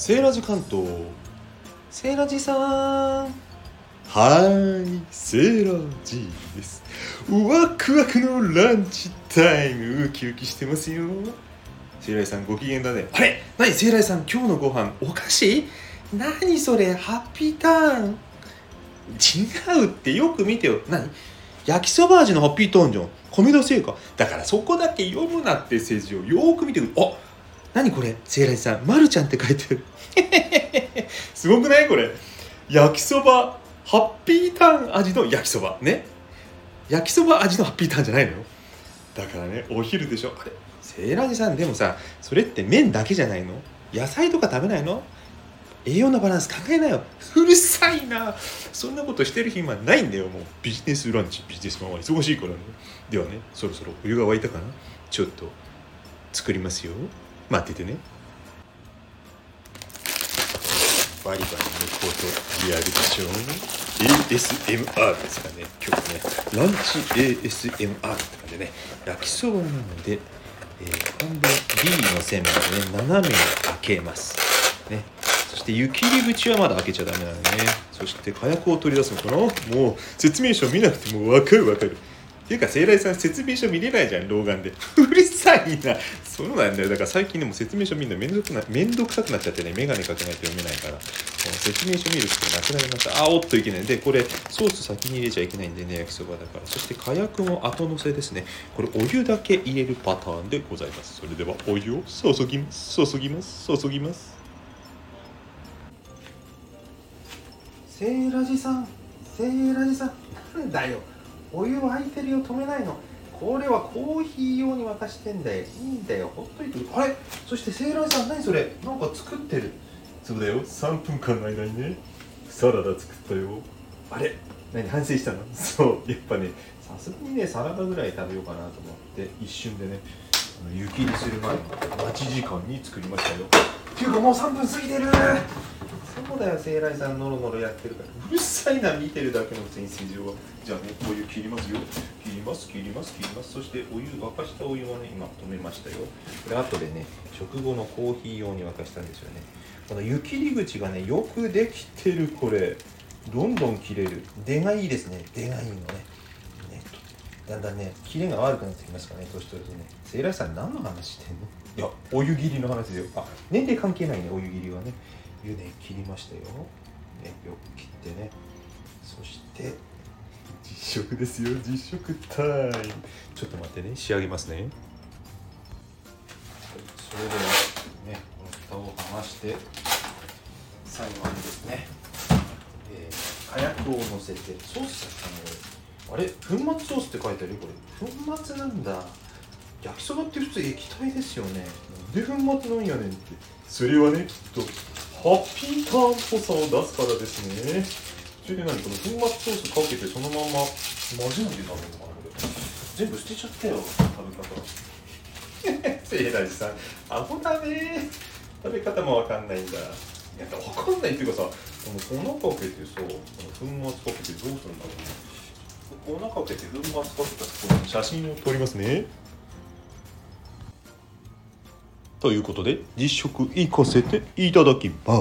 セーラジ関東。セーラジさん。はーい、セーラジです。ワクワクのランチタイム、ウキウキしてますよ。セーラジさんご機嫌だね。あれ、何セーラジさん、今日のご飯お菓子？何それ、ハッピーターン。違うってよく見てよ。何？焼きそば味のハッピーターンじゃん。米田製菓だから、そこだけ読むなって政治をよーく見てくる。あ、何これ、セーラジさん、まるちゃんって書いてある。すごくないこれ。焼きそばハッピーターン味の焼きそばね。焼きそば味のハッピーターンじゃないのよ。だからね、お昼でしょ。あれ、セーラジさん、でもさ、それって麺だけじゃないの？野菜とか食べないの？栄養のバランス考えなよ。うるさいな。そんなことしてる暇ないんだよ。もうビジネスランチ、ビジネスマンは忙しいからね。ではね、そろそろお湯が沸いたかな。ちょっと作りますよ。待っててね。バリバリのことやるでしょう。 ASMR ですかね。今日ねランチ ASMR って感じでね、焼きそばなので、半分 B の線までね斜めに開けますね。そして湯切り口はまだ開けちゃダメなのね。そして火薬を取り出すのかな。もう説明書見なくても分かるっていうか、セイライさん説明書見れないじゃん、老眼で。うるさいな。そうなんだよ。だから最近でも説明書見るのめんどくさくなっちゃってね、メガネかけないと読めないから、説明書見るってなくなりました。おっといけないんで、これソース先に入れちゃいけないんでね、焼きそばだから。そして火薬も後乗せですね。これお湯だけ入れるパターンでございます。それではお湯を注ぎます。セーラジさん、なんだよ。お湯沸いてるよ、止めないの。これはコーヒー用に沸かしてんだよ。いいんだよ、ほっといて。あれ、そしてセーラーさん、何それ、なんか作ってる。そうだよ、3分間の間にね、サラダ作ったよ。あれ、何反省したの？そう、やっぱね、さすがにね、サラダぐらい食べようかなと思って一瞬でね、湯切りする前の待ち時間に作りましたよ。っていうかもう3分過ぎてる。そうだよ、セーライさんノロノロやってるから。うるさいな、見てるだけの先生上は。じゃあね、お湯切りますよ。切ります。そしてお湯、沸かしたお湯をね、今止めましたよ。これ後でね、食後のコーヒー用に沸かしたんですよね。この湯切り口がね、よくできてる。これどんどん切れる。出がいいですね。出がいいのね。だんだんね、キレが悪くなってきますからね、年取るとね。セイライさん何の話してんの？いや、お湯切りの話ですよ。年齢関係ないね、お湯切りはね。湯ね、切りましたよ。ね、よく切ってね。そして実食ですよ。実食タイム。ちょっと待ってね、仕上げますね。それではね、この蓋を剥がして最後にですね、火薬を乗せてソースあれ、粉末ソースって書いてあるよ。これ粉末なんだ。焼きそばって普通液体ですよね。なんで粉末なんやねんって。それはね、きっとハッピーターンっぽさを出すからですね。それで何、この粉末ソースかけてそのまま混ぜないで食べるのかな。これ全部捨てちゃったよ、食べ方。セイラジさん、アホだね。食べ方もわかんないんだ。いや、わかんないっていうかさ、この粉かけてさ、この粉末かけてどうするんだろうね。粉かけて粉末かけたところの写真を撮りますね。ということで実食行かせていただきます。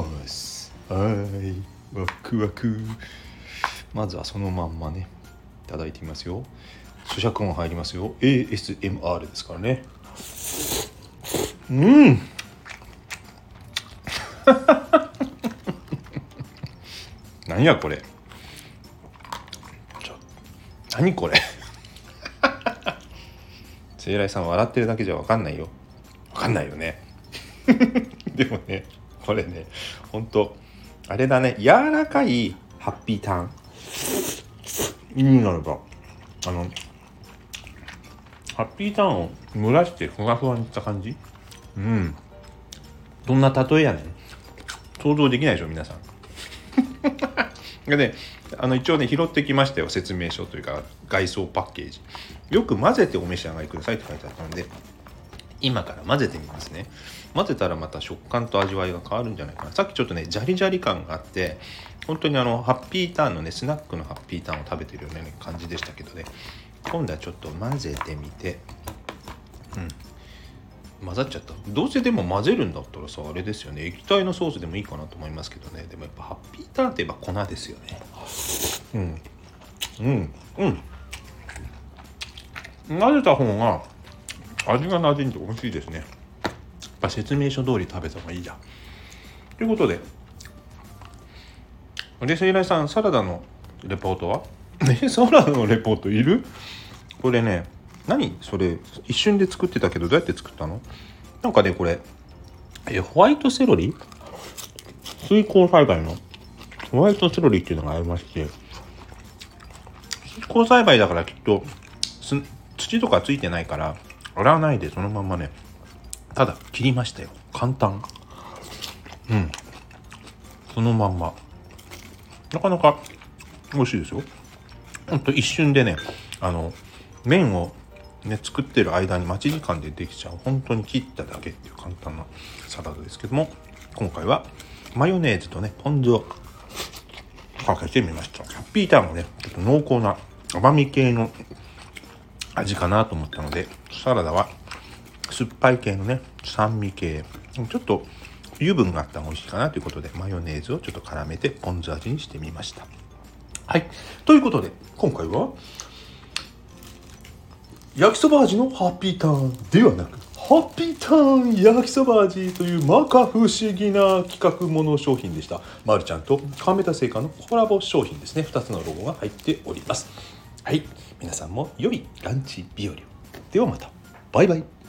はい、ワクワク。まずはそのまんまね、いただいてみますよ。咀嚼音入りますよ。 ASMR ですからね。何やこれ。何これ。セイライさん笑ってるだけじゃ分かんないよ。分かんないよね。でもね、これね、ほんとあれだね、柔らかいハッピーターン。意味なのか、ハッピーターンを蒸らしてふわふわにした感じ。どんな例えやねん。想像できないでしょ皆さん。でね、一応ね拾ってきましたよ、説明書というか外装パッケージ。よく混ぜてお召し上がりくださいって書いてあったので、今から混ぜてみますね。混ぜたらまた食感と味わいが変わるんじゃないかな。さっきちょっとねジャリジャリ感があって、本当にハッピーターンのね、スナックのハッピーターンを食べてるような、ね、感じでしたけどね。今度はちょっと混ぜてみて、 混ざっちゃった。どうせでも混ぜるんだったらさ、あれですよね、液体のソースでもいいかなと思いますけどね。でもやっぱハッピーターンといえば粉ですよね。混ぜた方が味が馴染んで美味しいですね。やっぱ説明書通り食べた方がいいや。ということで、セイライさん、サラダのレポートはサラダのレポートいる？これね、何それ、一瞬で作ってたけどどうやって作ったの？なんかね、これホワイトセロリ、水耕栽培のホワイトセロリっていうのがありまして、水耕栽培だからきっと土とかついてないから洗わないでそのまんまね、ただ切りましたよ。簡単。そのまんま。なかなか美味しいですよ。ほんと一瞬でね、麺をね作ってる間に待ち時間でできちゃう、本当に切っただけっていう簡単なサラダですけども、今回はマヨネーズとねポン酢をかけてみました。ハッピーターンがねちょっと濃厚な甘み系の味かなと思ったので、サラダは酸っぱい系のね酸味系、ちょっと油分があったら美味しいかなということで、マヨネーズをちょっと絡めてポン酢味にしてみました。はい、ということで今回は焼きそば味のハッピーターンではなく、ハッピーターン焼きそば味という摩訶不思議な企画もの商品でした。まるちゃんと川メタ製菓のコラボ商品ですね。2つのロゴが入っております。はい、皆さんも良いランチ日和を。ではまた、バイバイ。